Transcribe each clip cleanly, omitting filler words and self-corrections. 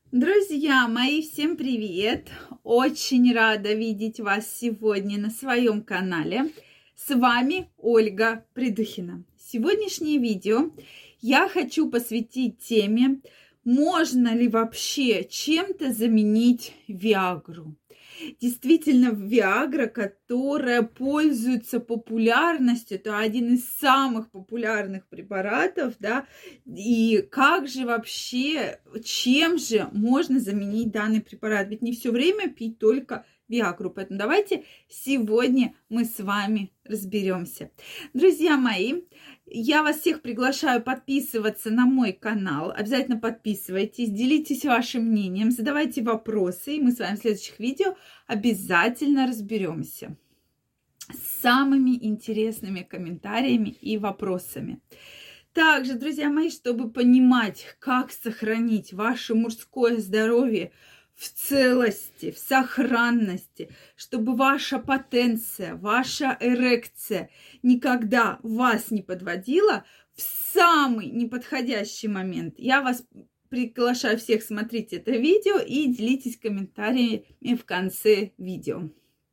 Друзья мои, всем привет! Очень рада видеть вас сегодня на своем канале. С вами Ольга Придухина. Сегодняшнее видео я хочу посвятить теме, можно ли вообще чем-то заменить Виагру. Действительно, Виагра, которая пользуется популярностью, это один из самых популярных препаратов, да, и как же вообще, чем же можно заменить данный препарат? Ведь не все время пить только Виагру. Поэтому давайте сегодня мы с вами разберемся. Друзья мои, я вас всех приглашаю подписываться на мой канал. Обязательно подписывайтесь, делитесь вашим мнением, задавайте вопросы, и мы с вами в следующих видео обязательно разберемся с самыми интересными комментариями и вопросами. Также, друзья мои, чтобы понимать, как сохранить ваше мужское здоровье в целости, в сохранности, чтобы ваша потенция, ваша эрекция никогда вас не подводила в самый неподходящий момент. Я вас приглашаю всех смотреть это видео и делитесь комментариями в конце видео.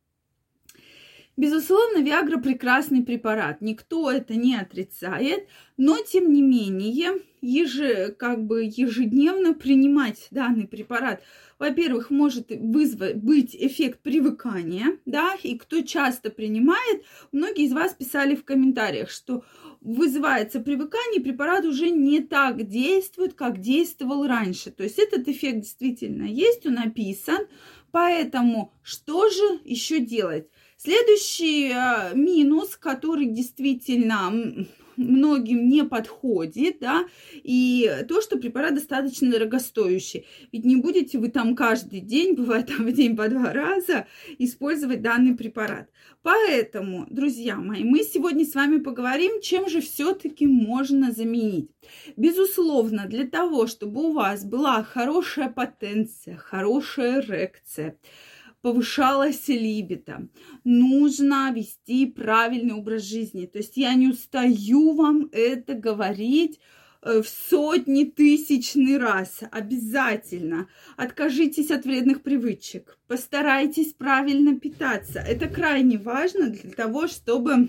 Безусловно, Виагра прекрасный препарат, никто это не отрицает, но тем не менее ежедневно принимать данный препарат, во-первых, может быть эффект привыкания, да, и кто часто принимает, многие из вас писали в комментариях, что вызывается привыкание, препарат уже не так действует, как действовал раньше. То есть этот эффект действительно есть, он описан, поэтому что же еще делать? Следующий минус, который действительно многим не подходит, да, и то, что препарат достаточно дорогостоящий. Ведь не будете вы там каждый день, бывает там в день по 2 раза, использовать данный препарат. Поэтому, друзья мои, мы сегодня с вами поговорим, чем же все-таки можно заменить. Безусловно, для того, чтобы у вас была хорошая потенция, хорошая эрекция, повышалась либидо, нужно вести правильный образ жизни. То есть я не устаю вам это говорить в сотни тысячный раз. Обязательно откажитесь от вредных привычек, постарайтесь правильно питаться. Это крайне важно для того, чтобы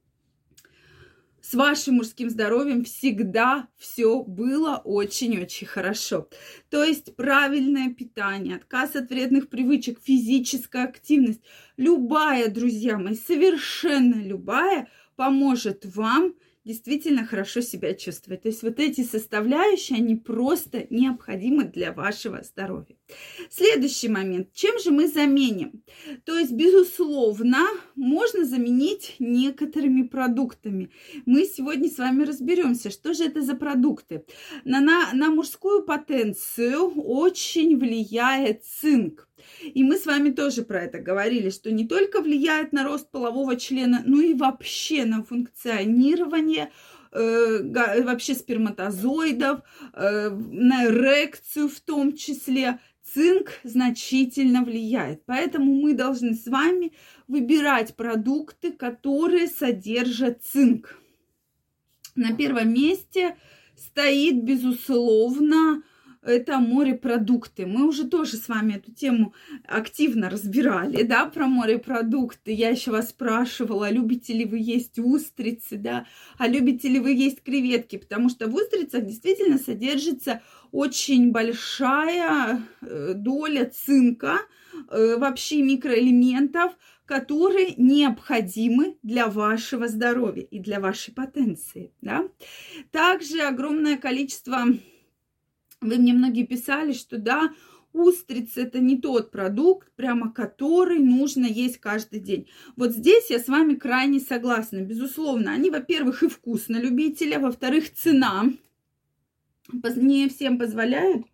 с вашим мужским здоровьем всегда все было очень-очень хорошо. То есть правильное питание, отказ от вредных привычек, физическая активность. Любая, друзья мои, совершенно любая поможет вам действительно хорошо себя чувствовать. То есть вот эти составляющие, они просто необходимы для вашего здоровья. Следующий момент. Чем же мы заменим? То есть, безусловно, можно заменить некоторыми продуктами. Мы сегодня с вами разберемся, что же это за продукты. На мужскую потенцию очень влияет цинк. И мы с вами тоже про это говорили, что не только влияет на рост полового члена, но и вообще на функционирование вообще сперматозоидов, на эрекцию в том числе. Цинк значительно влияет. Поэтому мы должны с вами выбирать продукты, которые содержат цинк. На первом месте стоит, безусловно, это морепродукты. Мы уже тоже с вами эту тему активно разбирали, да, про морепродукты. Я еще вас спрашивала, любите ли вы есть устрицы, да, а любите ли вы есть креветки, потому что в устрицах действительно содержится очень большая доля цинка, вообще микроэлементов, которые необходимы для вашего здоровья и для вашей потенции, да. Также огромное количество... Вы мне многие писали, что да, устрицы это не тот продукт, прямо который нужно есть каждый день. Вот здесь я с вами крайне согласна. Безусловно, они, во-первых, и вкус на любителя, во-вторых, цена не всем позволяет,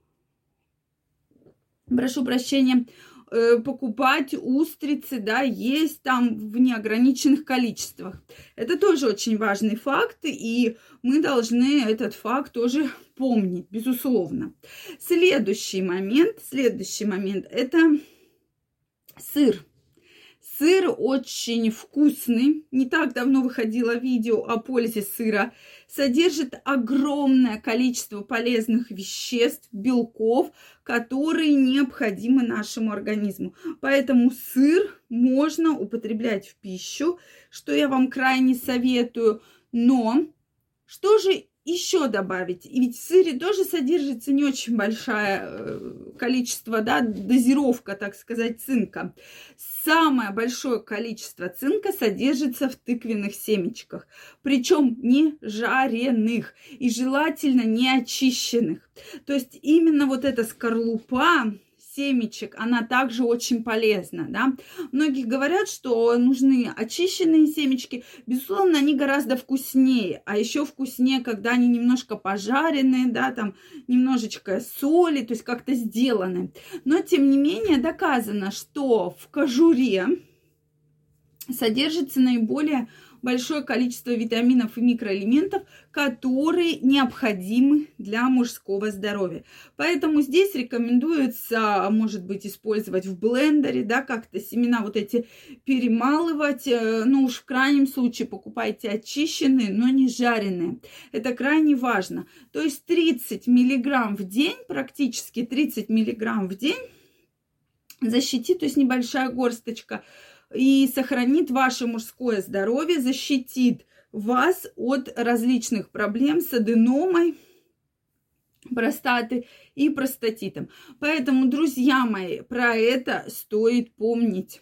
прошу прощения, покупать устрицы, да, есть там в неограниченных количествах. Это тоже очень важный факт, и мы должны этот факт тоже помнить, безусловно. Следующий момент – это сыр. Сыр очень вкусный. Не так давно выходило видео о пользе сыра. Содержит огромное количество полезных веществ, белков, которые необходимы нашему организму. Поэтому сыр можно употреблять в пищу, что я вам крайне советую. Но что же еще добавить? И ведь в сыре тоже содержится не очень большое количество, да, дозировка, так сказать, цинка. Самое большое количество цинка содержится в тыквенных семечках, причем не жареных и желательно не очищенных. То есть именно вот эта скорлупа семечек, она также очень полезна, да. Многие говорят, что нужны очищенные семечки. Безусловно, они гораздо вкуснее. А еще вкуснее, когда они немножко пожаренные, да, там немножечко соли, то есть как-то сделаны. Но, тем не менее, доказано, что в кожуре содержится наиболее большое количество витаминов и микроэлементов, которые необходимы для мужского здоровья. Поэтому здесь рекомендуется, может быть, использовать в блендере, да, как-то семена вот эти перемалывать. Ну уж в крайнем случае покупайте очищенные, но не жареные. Это крайне важно. То есть 30 миллиграмм в день, практически 30 миллиграмм в день защитит, то есть небольшая горсточка, и сохранит ваше мужское здоровье, защитит вас от различных проблем с аденомой, простаты и простатитом. Поэтому, друзья мои, про это стоит помнить.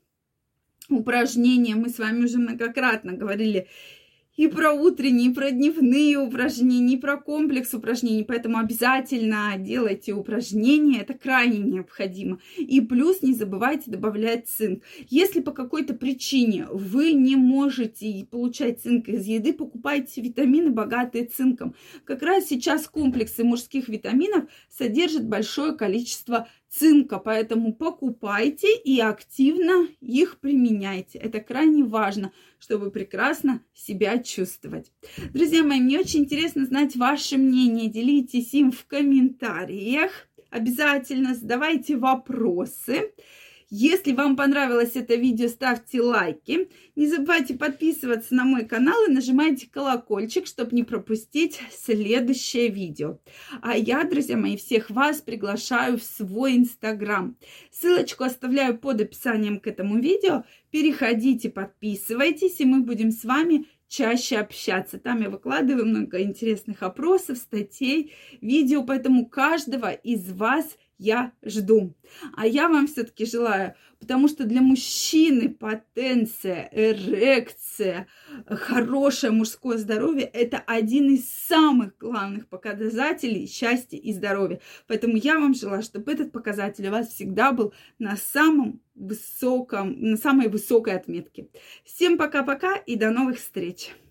Упражнения мы с вами уже многократно говорили и про утренние, и про дневные упражнения, и про комплекс упражнений. Поэтому обязательно делайте упражнения, это крайне необходимо. И плюс не забывайте добавлять цинк. Если по какой-то причине вы не можете получать цинк из еды, покупайте витамины, богатые цинком. Как раз сейчас комплексы мужских витаминов содержат большое количество цинка, поэтому покупайте и активно их применяйте. Это крайне важно, чтобы прекрасно себя чувствовать. Друзья мои, мне очень интересно знать ваше мнение. Делитесь им в комментариях. Обязательно задавайте вопросы. Если вам понравилось это видео, ставьте лайки. Не забывайте подписываться на мой канал и нажимайте колокольчик, чтобы не пропустить следующее видео. А я, друзья мои, всех вас приглашаю в свой Инстаграм. Ссылочку оставляю под описанием к этому видео. Переходите, подписывайтесь, и мы будем с вами чаще общаться. Там я выкладываю много интересных опросов, статей, видео, поэтому каждого из вас я жду. А я вам все-таки желаю, потому что для мужчины потенция, эрекция, хорошее мужское здоровье – это один из самых главных показателей счастья и здоровья. Поэтому я вам желаю, чтобы этот показатель у вас всегда был на самой высокой отметке. Всем пока-пока и до новых встреч!